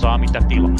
Ottakaa mitä tilaa.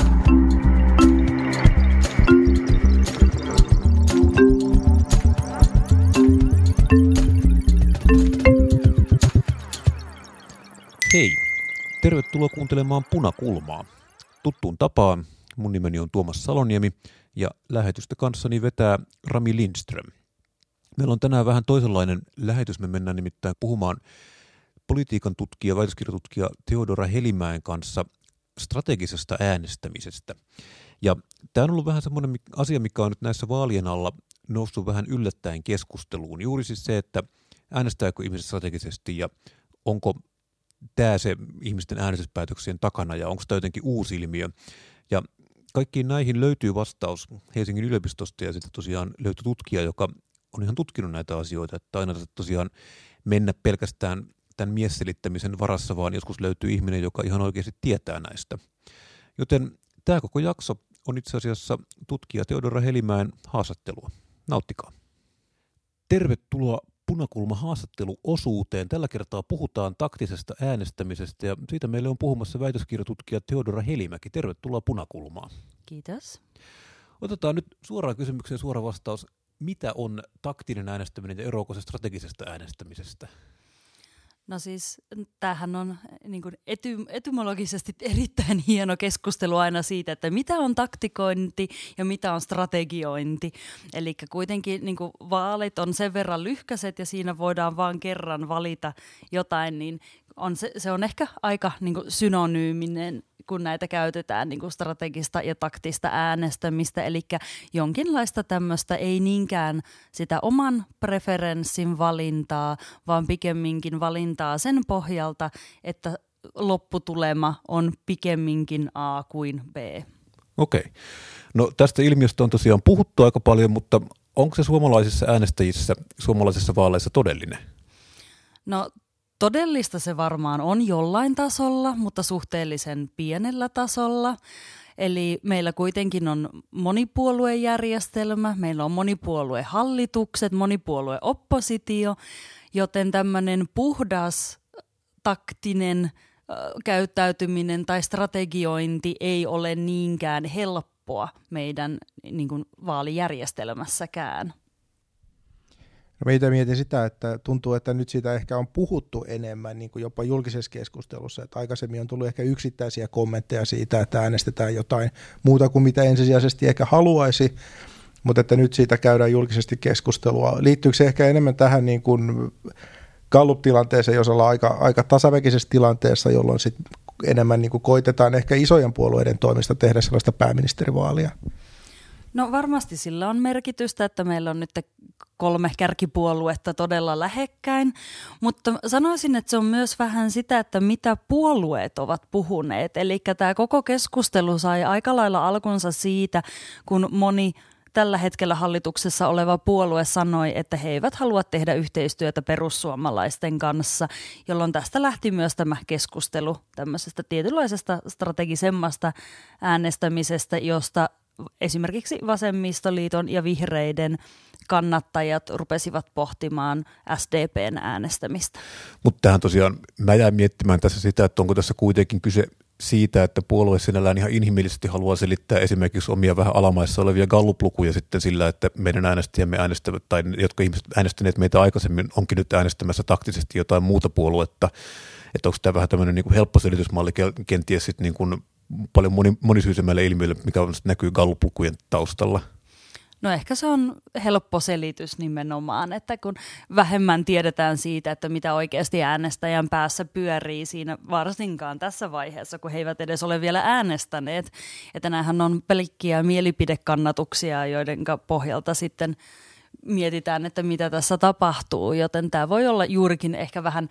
Hei, tervetuloa kuuntelemaan Punakulmaa. Tuttuun tapaan, mun nimeni on Tuomas Saloniemi ja lähetystä kanssani vetää Rami Lindström. Meillä on tänään vähän toisenlainen lähetys, me mennään nimittäin puhumaan politiikan tutkija, väitöskirjatutkija Teodora Helimäen kanssa strategisesta äänestämisestä. Ja tämä on ollut vähän semmoinen asia, mikä on nyt näissä vaalien alla noussut vähän yllättäen keskusteluun. Juuri siis se, että äänestääkö ihmiset strategisesti ja onko tämä se ihmisten äänestyspäätöksien takana ja onko tämä jotenkin uusi ilmiö. Ja kaikkiin näihin löytyy vastaus Helsingin yliopistosta ja sitten tosiaan löytyi tutkija, joka on ihan tutkinut näitä asioita, että aina tosiaan mennä pelkästään tämän miesselittämisen varassa, vaan joskus löytyy ihminen, joka ihan oikeasti tietää näistä. Joten tämä koko jakso on itse asiassa tutkija Teodora Helimäen haastattelua. Nauttikaa. Tervetuloa Punakulma-haastatteluosuuteen. Tällä kertaa puhutaan taktisesta äänestämisestä ja siitä meille on puhumassa väitöskirjatutkija Teodora Helimäki. Tervetuloa Punakulmaan. Kiitos. Otetaan nyt suoraan kysymykseen suora vastaus. Mitä on taktinen äänestäminen ja eroako se strategisesta äänestämisestä? No siis tämähän on niin kuin etymologisesti erittäin hieno keskustelu aina siitä, että mitä on taktikointi ja mitä on strategiointi. Eli kuitenkin niin kuin vaalit on sen verran lyhkäiset ja siinä voidaan vaan kerran valita jotain, niin se on ehkä aika niin kuin synonyyminen, kun näitä käytetään niin kuin strategista ja taktista äänestämistä, eli jonkinlaista tämmöistä ei niinkään sitä oman preferenssin valintaa, vaan pikemminkin valintaa sen pohjalta, että lopputulema on pikemminkin A kuin B. Okei. No tästä ilmiöstä on tosiaan puhuttu aika paljon, mutta onko se suomalaisissa äänestäjissä, suomalaisissa vaaleissa todellinen? No todellista se varmaan on jollain tasolla, mutta suhteellisen pienellä tasolla. Eli meillä kuitenkin on monipuoluejärjestelmä, meillä on monipuoluehallitukset, monipuolueoppositio, joten tämmöinen puhdas taktinen käyttäytyminen tai strategiointi ei ole niinkään helppoa meidän niin kuin vaalijärjestelmässäkään. No mä mietin sitä, että tuntuu, että nyt siitä ehkä on puhuttu enemmän niin kuin jopa julkisessa keskustelussa, että aikaisemmin on tullut ehkä yksittäisiä kommentteja siitä, että äänestetään jotain muuta kuin mitä ensisijaisesti ehkä haluaisi, mutta että nyt siitä käydään julkisesti keskustelua. Liittyykö se ehkä enemmän tähän niin kuin Gallup-tilanteeseen, jos ollaan aika tasaväkisessä tilanteessa, jolloin sit enemmän niin kuin koitetaan ehkä isojen puolueiden toimesta tehdä sellaista pääministerivaalia? No varmasti sillä on merkitystä, että meillä on nyt 3 kärkipuoluetta todella lähekkäin, mutta sanoisin, että se on myös vähän sitä, että mitä puolueet ovat puhuneet. Eli tämä koko keskustelu sai aika lailla alkunsa siitä, kun moni tällä hetkellä hallituksessa oleva puolue sanoi, että he eivät halua tehdä yhteistyötä perussuomalaisten kanssa, jolloin tästä lähti myös tämä keskustelu tämmöisestä tietynlaisesta strategisemmasta äänestämisestä, josta esimerkiksi Vasemmistoliiton ja Vihreiden kannattajat rupesivat pohtimaan SDP:n äänestämistä. Mutta tähän tosiaan mä jäin miettimään tässä sitä, että onko tässä kuitenkin kyse siitä, että puolue sinällään ihan inhimillisesti haluaa selittää esimerkiksi omia vähän alamaissa olevia Gallup-lukuja sitten sillä, että meidän äänestäjämme äänestävät, tai jotka ihmiset äänestäneet meitä aikaisemmin, onkin nyt äänestämässä taktisesti jotain muuta puoluetta. Että onko tämä vähän tämmöinen niin kuin helppo selitysmalli kenties sitten niin kuin paljon monisyisemmälle ilmiölle, mikä näkyy Gallup-lukujen taustalla? No ehkä se on helppo selitys nimenomaan, että kun vähemmän tiedetään siitä, että mitä oikeasti äänestäjän päässä pyörii siinä varsinkaan tässä vaiheessa, kun he eivät edes ole vielä äänestäneet. Että näähän on pelkkiä mielipidekannatuksia, joiden pohjalta sitten mietitään, että mitä tässä tapahtuu, joten tämä voi olla juurikin ehkä vähän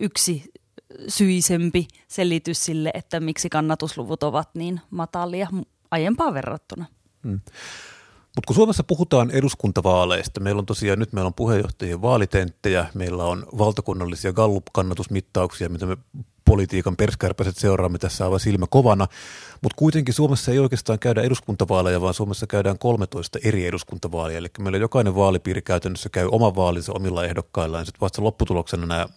yksisyisempi selitys sille, että miksi kannatusluvut ovat niin matalia aiempaan verrattuna. Mutta kun Suomessa puhutaan eduskuntavaaleista, meillä on puheenjohtajien vaalitenttejä, meillä on valtakunnallisia Gallup-kannatusmittauksia, mitä me politiikan perskärpäiset seuraamme tässä aivan silmä kovana, mutta kuitenkin Suomessa ei oikeastaan käydä eduskuntavaaleja, vaan Suomessa käydään 13 eri eduskuntavaalia, eli meillä jokainen vaalipiiri käytännössä käy oman vaalinsa omilla ehdokkaillaan, ja sitten vasta lopputuloksena nämä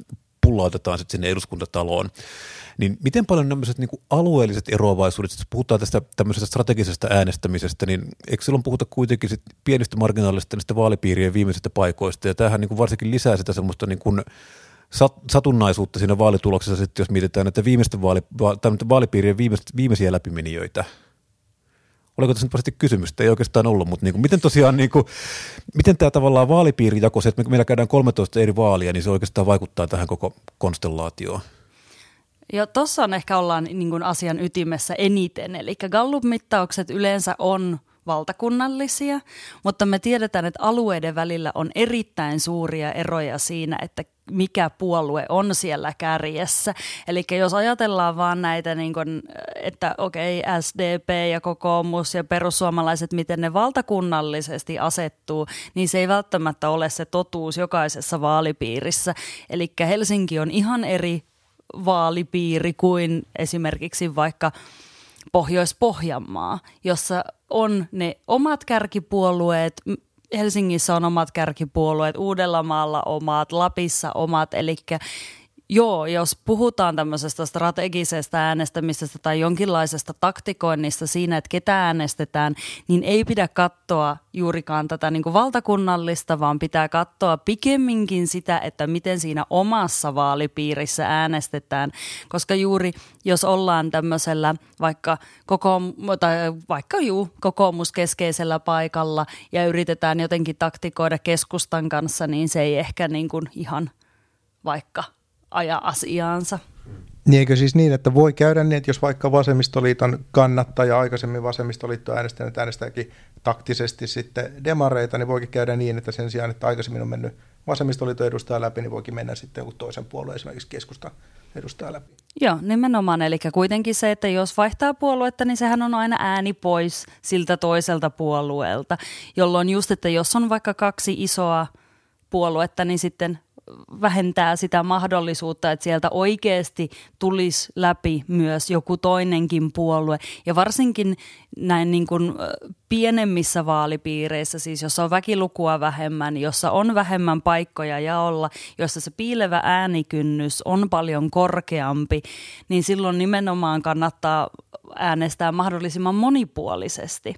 pullautetaan sitten sinne eduskuntataloon. Niin miten paljon tämmöiset niin kuin alueelliset eroavaisuudet, jos puhutaan tästä tämmöisestä strategisesta äänestämisestä, niin eikö silloin puhuta kuitenkin sit pienistä marginaalista niistä vaalipiirien viimeisistä paikoista, ja tämähän niin kuin varsinkin lisää sitä semmoista niin kuin satunnaisuutta siinä vaalituloksessa sitten, jos mietitään näitä vaalipiirien viimeisiä läpimenijöitä. Oliko tässä nyt varmasti kysymystä? Ei oikeastaan ollut, mutta miten tosiaan, miten tämä tavallaan vaalipiirijako, se, että meillä käydään 13 eri vaalia, niin se oikeastaan vaikuttaa tähän koko konstellaatioon? Ja tuossa on ehkä ollaan niin kuin asian ytimessä eniten, eli Gallup-mittaukset yleensä on valtakunnallisia, mutta me tiedetään, että alueiden välillä on erittäin suuria eroja siinä, että mikä puolue on siellä kärjessä. Eli jos ajatellaan vaan näitä, niin kuin, että okei, SDP ja kokoomus ja perussuomalaiset, miten ne valtakunnallisesti asettuu, niin se ei välttämättä ole se totuus jokaisessa vaalipiirissä. Eli Helsinki on ihan eri vaalipiiri kuin esimerkiksi vaikka Pohjois-Pohjanmaa, jossa on ne omat kärkipuolueet, Helsingissä on omat kärkipuolueet, Uudellamaalla omat, Lapissa omat, eli joo, jos puhutaan tämmöisestä strategisesta äänestämisestä tai jonkinlaisesta taktikoinnista siinä, että ketä äänestetään, niin ei pidä katsoa juurikaan tätä niin kuin valtakunnallista, vaan pitää katsoa pikemminkin sitä, että miten siinä omassa vaalipiirissä äänestetään, koska juuri jos ollaan tämmöisellä vaikka kokoomuskeskeisellä paikalla ja yritetään jotenkin taktikoida keskustan kanssa, niin se ei ehkä niin kuin ihan vaikka aja asiaansa. Niin eikö siis niin, että voi käydä niin, että jos vaikka vasemmistoliiton kannattaja aikaisemmin vasemmistoliitto äänestääkin taktisesti sitten demareita, niin voikin käydä niin, että sen sijaan, että aikaisemmin on mennyt vasemmistoliiton edustaja läpi, niin voikin mennä sitten joku toisen puolueen, esimerkiksi keskustan edustaja läpi. Joo, nimenomaan. Eli kuitenkin se, että jos vaihtaa puoluetta, niin sehän on aina ääni pois siltä toiselta puolueelta, jolloin just, että jos on vaikka kaksi isoa puoluetta, niin sitten vähentää sitä mahdollisuutta, että sieltä oikeasti tulisi läpi myös joku toinenkin puolue. Ja varsinkin näin niin kuin pienemmissä vaalipiireissä, siis jossa on väkilukua vähemmän, jossa on vähemmän paikkoja jaolla, jossa se piilevä äänikynnys on paljon korkeampi, niin silloin nimenomaan kannattaa äänestää mahdollisimman monipuolisesti.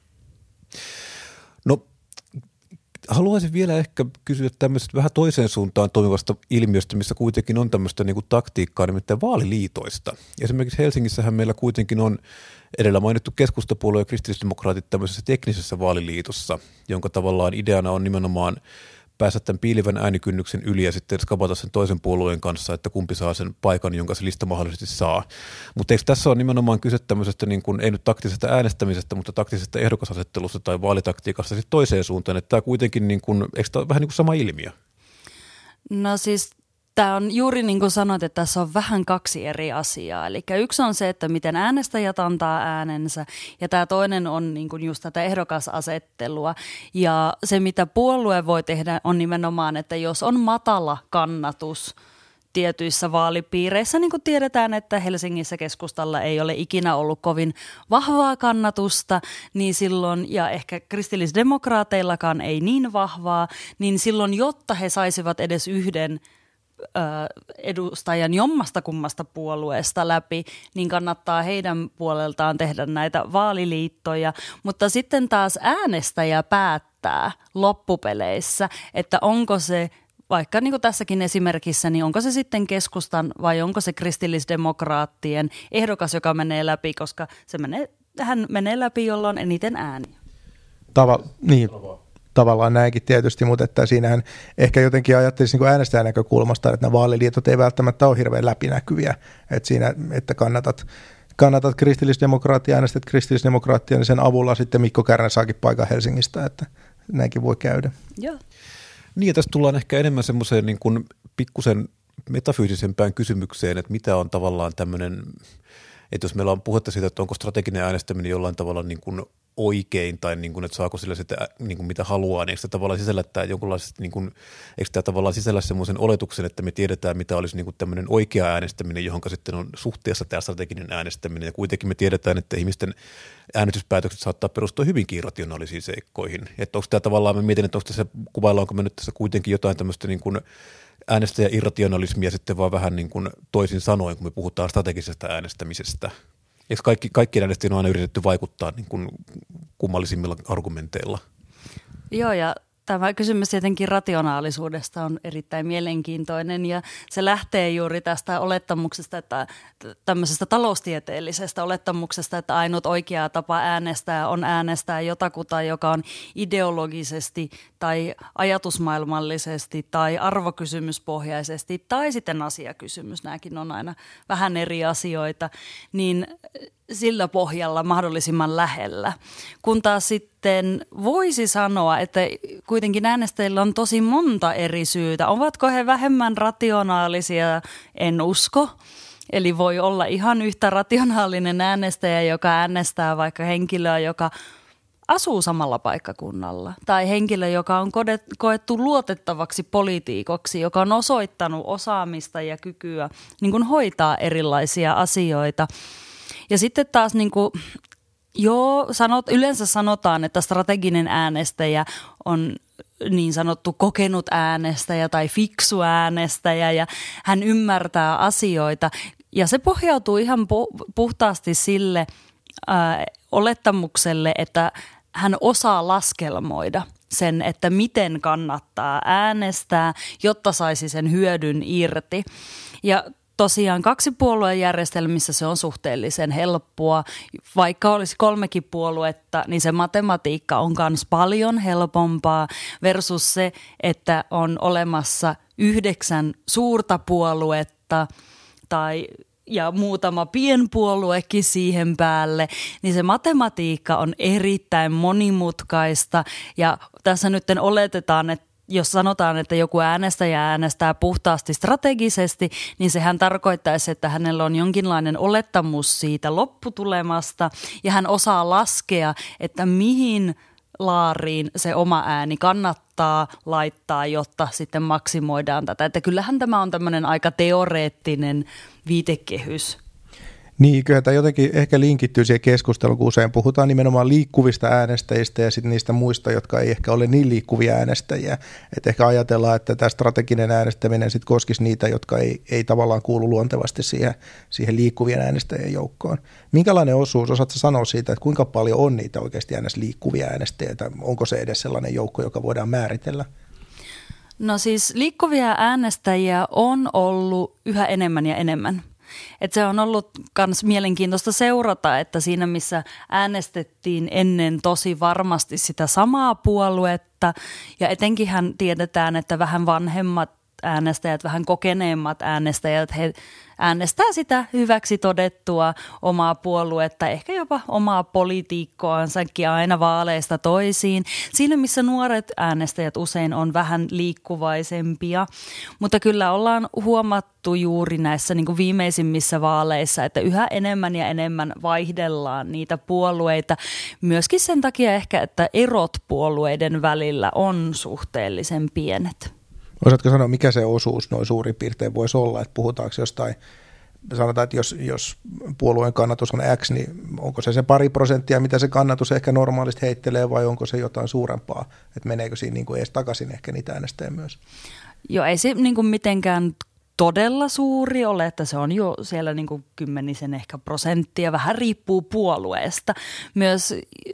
No, haluaisin vielä ehkä kysyä tämmöisestä vähän toiseen suuntaan toimivasta ilmiöstä, missä kuitenkin on tämmöistä niin kuin taktiikkaa, nimittäin vaaliliitoista. Esimerkiksi Helsingissähän meillä kuitenkin on edellä mainittu keskustapuolue ja kristillisdemokraatit tämmöisessä teknisessä vaaliliitossa, jonka tavallaan ideana on nimenomaan päästä tämän piilivän äänikynnyksen yli ja sitten skapata sen toisen puolueen kanssa, että kumpi saa sen paikan, jonka se lista mahdollisesti saa. Mutta eikö tässä ole nimenomaan kyse tämmöisestä, niin kuin, ei nyt taktisesta äänestämisestä, mutta taktisesta ehdokasasettelusta tai vaalitaktiikasta sitten toiseen suuntaan, että tämä kuitenkin, niin kuin, eikö tämä ole vähän niin kuin sama ilmiö? No siis tämä on juuri niin kuin sanoit, että tässä on vähän kaksi eri asiaa. Eli yksi on se, että miten äänestäjät antaa äänensä, ja tämä toinen on niin kuin just tätä ehdokasasettelua. Ja se, mitä puolue voi tehdä, on nimenomaan, että jos on matala kannatus tietyissä vaalipiireissä, niin kuin tiedetään, että Helsingissä keskustalla ei ole ikinä ollut kovin vahvaa kannatusta, niin silloin, ja ehkä kristillisdemokraateillakaan ei niin vahvaa, niin silloin, jotta he saisivat edes yhden edustajan jommasta kummasta puolueesta läpi, niin kannattaa heidän puoleltaan tehdä näitä vaaliliittoja, mutta sitten taas äänestäjä päättää loppupeleissä, että onko se vaikka niin kuin tässäkin esimerkissä, niin onko se sitten keskustan vai onko se kristillisdemokraattien ehdokas, joka menee läpi, koska hän menee läpi, jolla on eniten ääniä. Tavallaan näinkin tietysti, mutta että siinähän ehkä jotenkin ajattelisi niin kuin äänestäjän näkökulmasta, että nämä vaaliliitot ei välttämättä ole hirveän läpinäkyviä. Että siinä, että kannatat kristillisdemokraattia, äänestät kristillisdemokraattia, niin sen avulla sitten Mikko Kärnä saakin paikan Helsingistä, että näinkin voi käydä. Joo. Niin, ja tässä tullaan ehkä enemmän semmoiseen niin kuin pikkusen metafyysisempään kysymykseen, että mitä on tavallaan tämmöinen, että jos meillä on puhetta siitä, että onko strateginen äänestäminen jollain tavalla niin kuin oikein tai niin kuin, että saako sillä sitä niin kuin mitä haluaa, niin eikö tämä tavallaan sisällä niin kuin, eikö tämä tavallaan sisällä semmoisen oletuksen, että me tiedetään, mitä olisi niin kuin tämmöinen oikea äänestäminen, johon sitten on suhteessa tämä strateginen äänestäminen, ja kuitenkin me tiedetään, että ihmisten äänestyspäätökset saattaa perustua hyvinkin irrationaalisiin seikkoihin. Että onko tämä tavallaan, mä mietin, että onko tässä, kuvaillaanko me nyt tässä kuitenkin jotain tämmöistä niin kuin äänestäjäirrationalismia sitten vaan vähän niin kuin toisin sanoen, kun me puhutaan strategisesta äänestämisestä. Eikö kaikkien äänestäjien on aina yritetty vaikuttaa niin kuin kummallisimmilla argumenteilla? Joo, ja tämä kysymys tietenkin rationaalisuudesta on erittäin mielenkiintoinen ja se lähtee juuri tästä olettamuksesta, että tämmöisestä taloustieteellisestä olettamuksesta, että ainut oikea tapa äänestää on äänestää jotakuta, joka on ideologisesti tai ajatusmaailmallisesti tai arvokysymyspohjaisesti tai sitten asiakysymys, nämäkin on aina vähän eri asioita, niin sillä pohjalla mahdollisimman lähellä. Kun taas sitten voisi sanoa, että kuitenkin äänestäjillä on tosi monta eri syytä. Ovatko he vähemmän rationaalisia? En usko. Eli voi olla ihan yhtä rationaalinen äänestäjä, joka äänestää vaikka henkilöä, joka asuu samalla paikkakunnalla. Tai henkilö, joka on koettu luotettavaksi poliitikoksi, joka on osoittanut osaamista ja kykyä niin kuin hoitaa erilaisia asioita. Ja sitten taas yleensä sanotaan, että strateginen äänestäjä on niin sanottu kokenut äänestäjä tai fiksu äänestäjä ja hän ymmärtää asioita. Ja se pohjautuu ihan puhtaasti sille olettamukselle, että hän osaa laskelmoida sen, että miten kannattaa äänestää, jotta saisi sen hyödyn irti. Ja tosiaan 2-puoluejärjestelmissä se on suhteellisen helppoa. Vaikka olisi 3 puoluetta, niin se matematiikka on myös paljon helpompaa versus se, että on olemassa 9 suurta puoluetta ja muutama pienpuoluekin siihen päälle, niin se matematiikka on erittäin monimutkaista ja tässä nyt oletetaan, että jos sanotaan, että joku äänestäjä äänestää puhtaasti strategisesti, niin sehän tarkoittaisi, että hänellä on jonkinlainen olettamus siitä lopputulemasta ja hän osaa laskea, että mihin laariin se oma ääni kannattaa laittaa, jotta sitten maksimoidaan tätä. Että kyllähän tämä on tämmöinen aika teoreettinen viitekehys. Niin, kyllä tämä jotenkin ehkä linkittyy siihen keskusteluun, kun usein puhutaan nimenomaan liikkuvista äänestäjistä ja sitten niistä muista, jotka ei ehkä ole niin liikkuvia äänestäjiä. Että ehkä ajatellaan, että tämä strateginen äänestäminen sitten koskisi niitä, jotka ei tavallaan kuulu luontevasti siihen liikkuvien äänestäjien joukkoon. Minkälainen osuus, osaatko sanoa siitä, että kuinka paljon on niitä oikeasti liikkuvia äänestäjiä? Onko se edes sellainen joukko, joka voidaan määritellä? No siis liikkuvia äänestäjiä on ollut yhä enemmän ja enemmän. Et se on ollut myös mielenkiintoista seurata, että siinä missä äänestettiin ennen tosi varmasti sitä samaa puoluetta ja etenkinhän tiedetään, että vähän vanhemmat äänestäjät, vähän kokeneemmat äänestäjät, he äänestää sitä hyväksi todettua omaa puoluetta, ehkä jopa omaa politiikkoansakin aina vaaleista toisiin. Siinä, missä nuoret äänestäjät usein on vähän liikkuvaisempia, mutta kyllä ollaan huomattu juuri näissä niin kuin viimeisimmissä vaaleissa, että yhä enemmän ja enemmän vaihdellaan niitä puolueita. Myöskin sen takia ehkä, että erot puolueiden välillä on suhteellisen pienet. Osaatko sanoa, mikä se osuus noin suurin piirtein voisi olla, että puhutaanko jostain, sanotaan, että jos puolueen kannatus on X, niin onko se 2%, mitä se kannatus ehkä normaalisti heittelee vai onko se jotain suurempaa, että meneekö siinä niin kuin edes takaisin ehkä niitä äänestäjä myös? Joo, ei se niin kuin mitenkään todella suuri ole, että se on jo siellä niin kuin 10 ehkä prosenttia, vähän riippuu puolueesta myös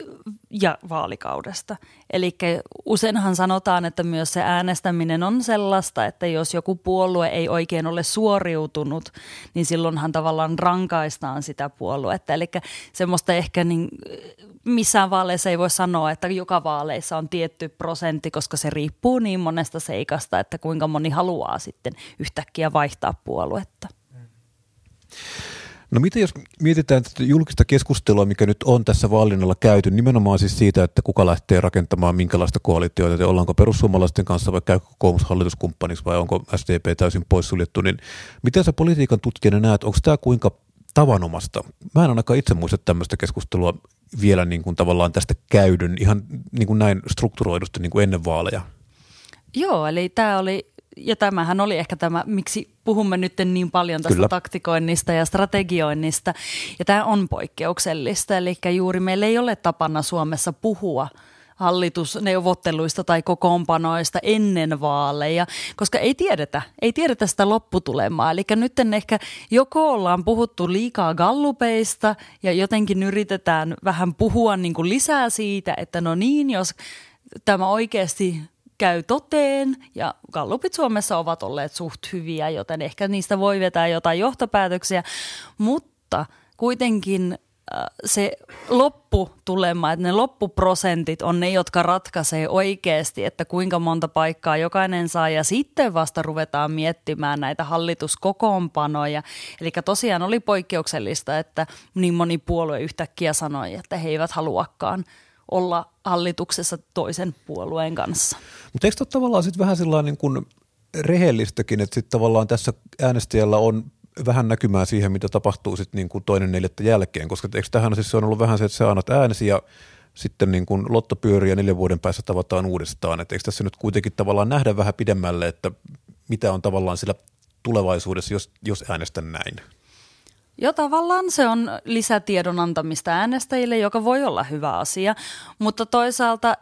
ja vaalikaudesta. Eli useinhan sanotaan, että myös se äänestäminen on sellaista, että jos joku puolue ei oikein ole suoriutunut, niin silloinhan tavallaan rankaistaan sitä puoluetta. Eli semmoista ehkä niin missään vaaleissa ei voi sanoa, että joka vaaleissa on tietty prosentti, koska se riippuu niin monesta seikasta, että kuinka moni haluaa sitten yhtäkkiä vaihtaa puoluetta. No mitä jos mietitään tätä julkista keskustelua, mikä nyt on tässä vaalin käyty, nimenomaan siis siitä, että kuka lähtee rakentamaan minkälaista koalitioita, että ollaanko perussuomalaisten kanssa vai käykö kokoomus hallituskumppaniksi vai onko SDP täysin poissuljettu, niin miten sä politiikan tutkijana näet, onko tämä kuinka tavanomasta? Mä en ainakaan itse muista tämmöistä keskustelua vielä niin kuin tavallaan tästä käydyn ihan niin kuin näin strukturoidusti niin kuin ennen vaaleja. Joo, eli tämä oli, ja tämähän oli ehkä tämä, miksi puhumme nyt niin paljon tästä Kyllä. taktikoinnista ja strategioinnista, ja tämä on poikkeuksellista, eli juuri meillä ei ole tapana Suomessa puhua hallitusneuvotteluista tai kokoonpanoista ennen vaaleja, koska ei tiedetä sitä lopputulemaa. Eli nyt ehkä joko ollaan puhuttu liikaa gallupeista ja jotenkin yritetään vähän puhua niin kuin lisää siitä, että no niin, jos tämä oikeasti käy toteen, ja gallupit Suomessa ovat olleet suht hyviä, joten ehkä niistä voi vetää jotain johtopäätöksiä, mutta kuitenkin se lopputulema, että ne loppuprosentit on ne, jotka ratkaisee oikeasti, että kuinka monta paikkaa jokainen saa, ja sitten vasta ruvetaan miettimään näitä hallituskokoonpanoja. Eli tosiaan oli poikkeuksellista, että niin moni puolue yhtäkkiä sanoi, että he eivät haluakaan olla hallituksessa toisen puolueen kanssa. Mutta eikö tavallaan sitten vähän sellainen niin kuin rehellistäkin, että sitten tavallaan tässä äänestäjällä on vähän näkymää siihen, mitä tapahtuu sitten niin kuin 2.4. jälkeen, koska eikö tähän siis on ollut vähän se, että sä annat äänesi ja sitten niin kuin lotto pyörii ja 4 vuoden päässä tavataan uudestaan. Et eikö tässä nyt kuitenkin tavallaan nähdä vähän pidemmälle, että mitä on tavallaan sillä tulevaisuudessa, jos äänestän näin? Jo tavallaan se on lisätiedon antamista äänestäjille, joka voi olla hyvä asia, mutta toisaalta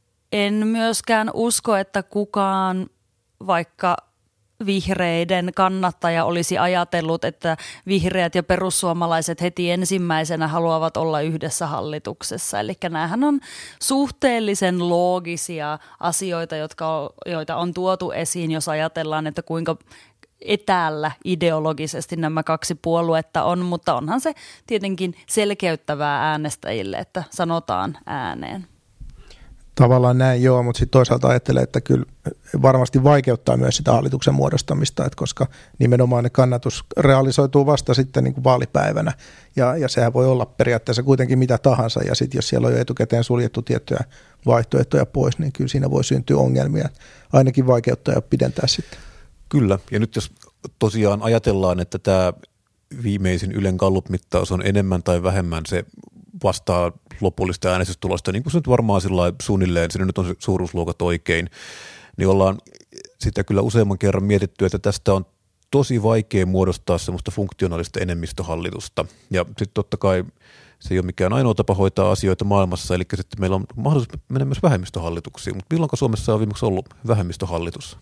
en myöskään usko, että kukaan vaikka vihreiden kannattaja olisi ajatellut, että vihreät ja perussuomalaiset heti ensimmäisenä haluavat olla yhdessä hallituksessa. Eli näähän on suhteellisen loogisia asioita, joita on tuotu esiin, jos ajatellaan, että kuinka etäällä ideologisesti nämä kaksi puoluetta on, mutta onhan se tietenkin selkeyttävää äänestäjille, että sanotaan ääneen. Tavallaan näin joo, mutta sitten toisaalta ajattelee, että kyllä varmasti vaikeuttaa myös sitä hallituksen muodostamista, että koska nimenomaan ne kannatus realisoituu vasta sitten niin kuin vaalipäivänä ja sehän voi olla periaatteessa kuitenkin mitä tahansa ja sitten jos siellä on jo etukäteen suljettu tiettyjä vaihtoehtoja pois, niin kyllä siinä voi syntyä ongelmia, ainakin vaikeuttaa ja pidentää sitten. Kyllä, ja nyt jos tosiaan ajatellaan, että tämä viimeisin Ylen Gallup-mittaus on enemmän tai vähemmän se vastaa lopullista äänestystulosta, niin kuin se nyt varmaan suunnilleen, siinä nyt on se suuruusluokat oikein, niin ollaan sitä kyllä useamman kerran mietitty, että tästä on tosi vaikea muodostaa semmoista funktionaalista enemmistöhallitusta. Ja sitten totta kai se ei ole mikään ainoa tapa hoitaa asioita maailmassa, eli sitten meillä on mahdollisuus mennä myös vähemmistöhallituksiin, mutta milloinko Suomessa on viimeksi ollut vähemmistöhallitus?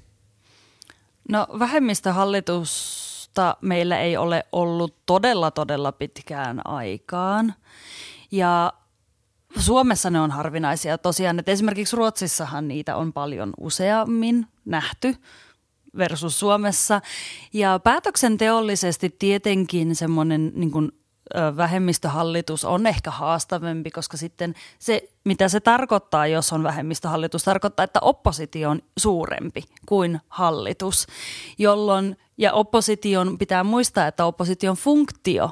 No vähemmistöhallitusta meillä ei ole ollut todella pitkään aikaan. Ja Suomessa ne on harvinaisia tosiaan, että esimerkiksi Ruotsissahan niitä on paljon useammin nähty versus Suomessa. Ja päätöksenteollisesti tietenkin semmoinen niin kuin vähemmistöhallitus on ehkä haastavampi, koska sitten se, mitä se tarkoittaa, jos on vähemmistöhallitus, tarkoittaa, että oppositio on suurempi kuin hallitus, jolloin, ja opposition pitää muistaa, että opposition funktio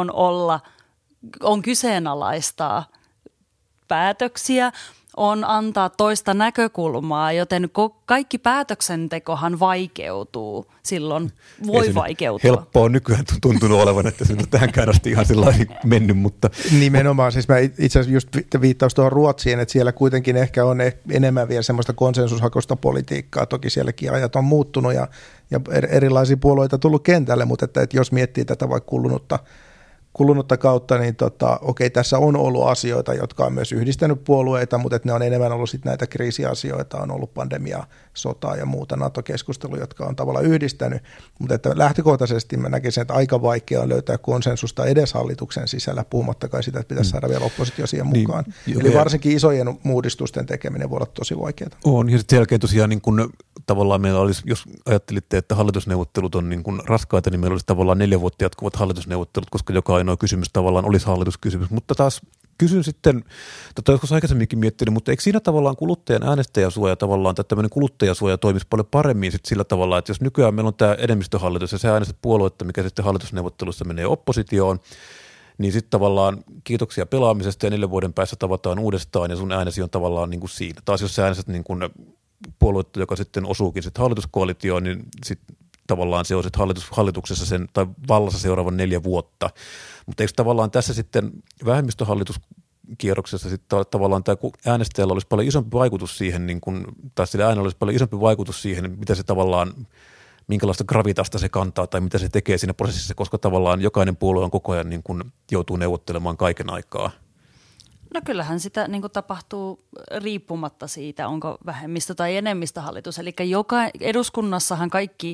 on kyseenalaistaa päätöksiä, on antaa toista näkökulmaa, joten kaikki päätöksentekohan vaikeutuu silloin, voi vaikeutua. Helppoa nykyään tuntunut olevan, että se on tähänkään asti ihan sellainen mennyt, mutta... Nimenomaan, siis mä itse asiassa just viittaus tuohon Ruotsiin, että siellä kuitenkin ehkä on enemmän vielä semmoista konsensushakoista politiikkaa, toki sielläkin ajat on muuttunut ja erilaisia puolueita tullut kentälle, mutta että jos miettii tätä vaikka kulunutta kautta, niin okei, tässä on ollut asioita, jotka on myös yhdistänyt puolueita, mutta että ne on enemmän ollut sitten näitä kriisiasioita, on ollut pandemia, sotaa ja muuta NATO-keskustelua, jotka on tavallaan yhdistänyt, mutta että lähtökohtaisesti mä näkisin, että aika vaikea on löytää konsensusta edes hallituksen sisällä, puhumattakaan sitä, että pitäisi saada vielä oppositio siihen mukaan. Niin, eli varsinkin isojen uudistusten tekeminen voi olla tosi vaikeaa. On, ja sitten sen jälkeen tosiaan niin kun, tavallaan meillä olisi, jos ajattelitte, että hallitusneuvottelut on niin kun raskaita, niin meillä olisi tavallaan 4 vuotta jatkuvat hallitusneuvottelut, koska joka ainoa kysymys tavallaan olisi hallituskysymys, mutta taas kysyn sitten, joskus aikaisemminkin miettinyt, mutta eikö siinä tavallaan kuluttajan äänestäjäsuoja tavallaan, tai tämmöinen kuluttajasuoja toimisi paljon paremmin sit sillä tavalla, että jos nykyään meillä on tämä enemmistöhallitus ja sä äänestät puoluetta, mikä sitten hallitusneuvottelussa menee oppositioon, niin sitten tavallaan kiitoksia pelaamisesta ja 4 vuoden päässä tavataan uudestaan ja sun äänesi on tavallaan niin kuin siinä. Taas jos sä äänestät niin kuin puoluetta, joka sitten osuukin sitten hallituskoalitioon, niin sitten tavallaan se on sitten hallituksessa sen, tai vallassa seuraavan 4 vuotta. Mutta eikö tavallaan tässä sitten vähemmistöhallituskierroksessa sitten tavallaan tämä äänestäjällä olisi paljon isompi vaikutus siihen, niin kun, tai sillä äänellä olisi paljon isompi vaikutus siihen, mitä se tavallaan, minkälaista gravitasta se kantaa tai mitä se tekee siinä prosessissa, koska tavallaan jokainen puolue on koko ajan niin kun joutuu neuvottelemaan kaiken aikaa. No kyllähän sitä niin kuin tapahtuu riippumatta siitä, onko vähemmistö- tai enemmistöhallitus. Eli eduskunnassahan kaikki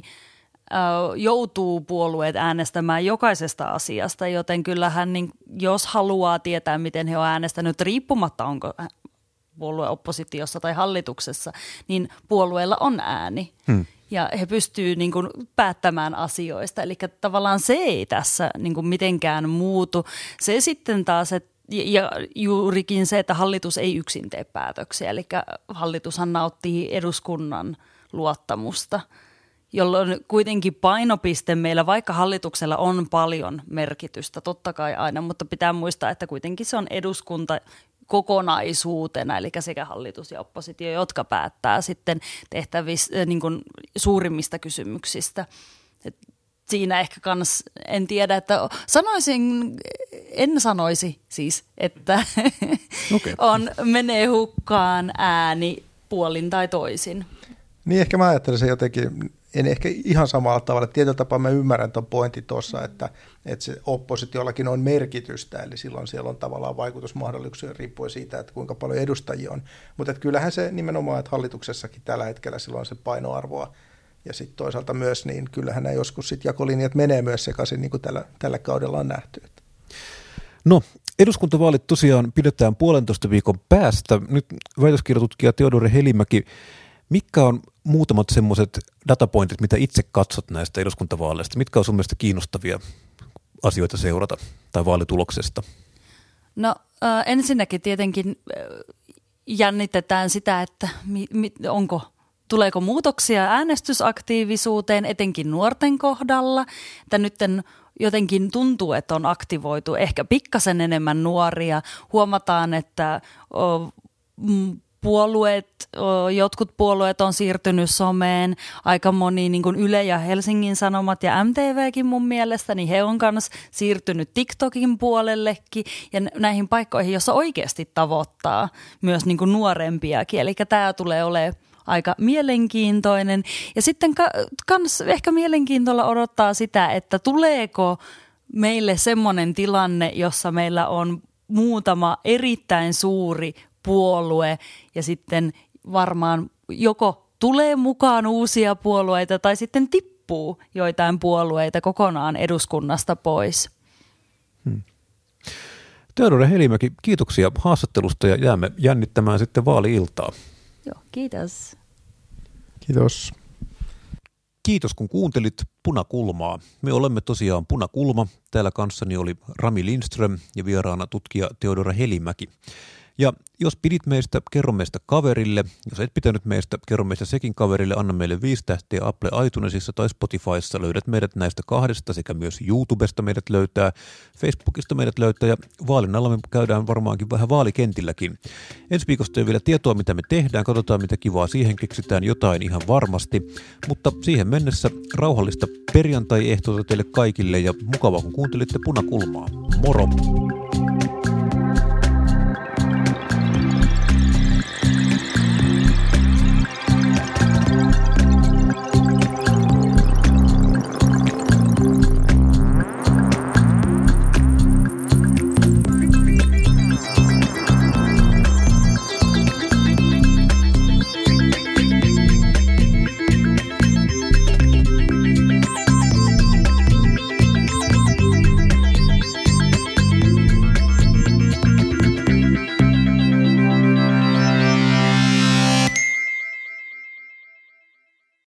joutuu puolueet äänestämään jokaisesta asiasta, joten kyllähän niin, jos haluaa tietää, miten he on äänestänyt riippumatta, onko puolue oppositiossa tai hallituksessa, niin puolueella on ääni. Ja he pystyvät niin kuin päättämään asioista. Eli tavallaan se ei tässä niin kuin mitenkään muutu. Se sitten taas, ja juurikin se, että hallitus ei yksin tee päätöksiä. Eli hallitushan nauttii eduskunnan luottamusta, jolloin kuitenkin painopiste meillä, vaikka hallituksella on paljon merkitystä, totta kai aina, mutta pitää muistaa, että kuitenkin se on eduskunta kokonaisuutena, eli sekä hallitus ja oppositio, jotka päättää sitten tehtävistä niin kuin suurimmista kysymyksistä. Et siinä ehkä kans, en tiedä, että en sanoisi siis, että menee hukkaan ääni puolin tai toisin. Niin ehkä mä ajattelen se jotenkin, en ehkä ihan samalla tavalla. Tietyllä tapaa mä ymmärrän tuon pointin tuossa, että se oppositiollakin on merkitystä, eli silloin siellä on tavallaan vaikutusmahdollisuuksia riippuen siitä, että kuinka paljon edustajia on. Mutta kyllähän se nimenomaan, että hallituksessakin tällä hetkellä silloin on se painoarvoa, ja sitten toisaalta myös, niin kyllähän nämä joskus sitten jakolinjat menee myös sekaisin, niin kuin tällä kaudella on nähty. No, eduskuntavaalit tosiaan pidetään 1,5 viikon päästä. Nyt väitöskirjatutkija Teodore Helimäki, mitkä on muutamat semmoiset datapointit, mitä itse katsot näistä eduskuntavaaleista? Mitkä on sun mielestä kiinnostavia asioita seurata tai vaalituloksesta? No ensinnäkin tietenkin jännitetään sitä, että tuleeko muutoksia äänestysaktiivisuuteen, etenkin nuorten kohdalla. Että nyt jotenkin tuntuu, että on aktivoitu ehkä pikkasen enemmän nuoria. Huomataan, että jotkut puolueet on siirtynyt someen, aika moni niin kuin Yle ja Helsingin Sanomat ja MTVkin mun mielestä, niin he on myös siirtynyt TikTokin puolellekin ja näihin paikkoihin, jossa oikeasti tavoittaa myös niin kuin nuorempiakin. Eli tämä tulee olemaan aika mielenkiintoinen. Ja sitten kans ehkä mielenkiintoilla odottaa sitä, että tuleeko meille semmoinen tilanne, jossa meillä on muutama erittäin suuri puolue ja sitten varmaan joko tulee mukaan uusia puolueita tai sitten tippuu joitain puolueita kokonaan eduskunnasta pois. Teodore Helimäki, kiitoksia haastattelusta ja jäämme jännittämään sitten vaali-iltaa. Joo, kiitos. Kiitos. Kiitos kun kuuntelit Punakulmaa. Me olemme tosiaan Punakulma. Täällä kanssani oli Rami Lindström ja vieraana tutkija Teodore Helimäki. Ja jos pidit meistä, kerro meistä kaverille. Jos et pitänyt meistä, kerro meistä sekin kaverille. Anna meille 5 tähteä Apple iTunesissa tai Spotifyssa. Löydät meidät näistä 2 sekä myös YouTubesta meidät löytää. Facebookista meidät löytää ja vaalin alla me käydään varmaankin vähän vaalikentilläkin. Ensi viikosta ei vielä tietoa, mitä me tehdään. Katsotaan, mitä kivaa siihen keksitään jotain ihan varmasti. Mutta siihen mennessä rauhallista perjantai-ehtoota teille kaikille ja mukavaa, kun kuuntelitte Punakulmaa. Moro!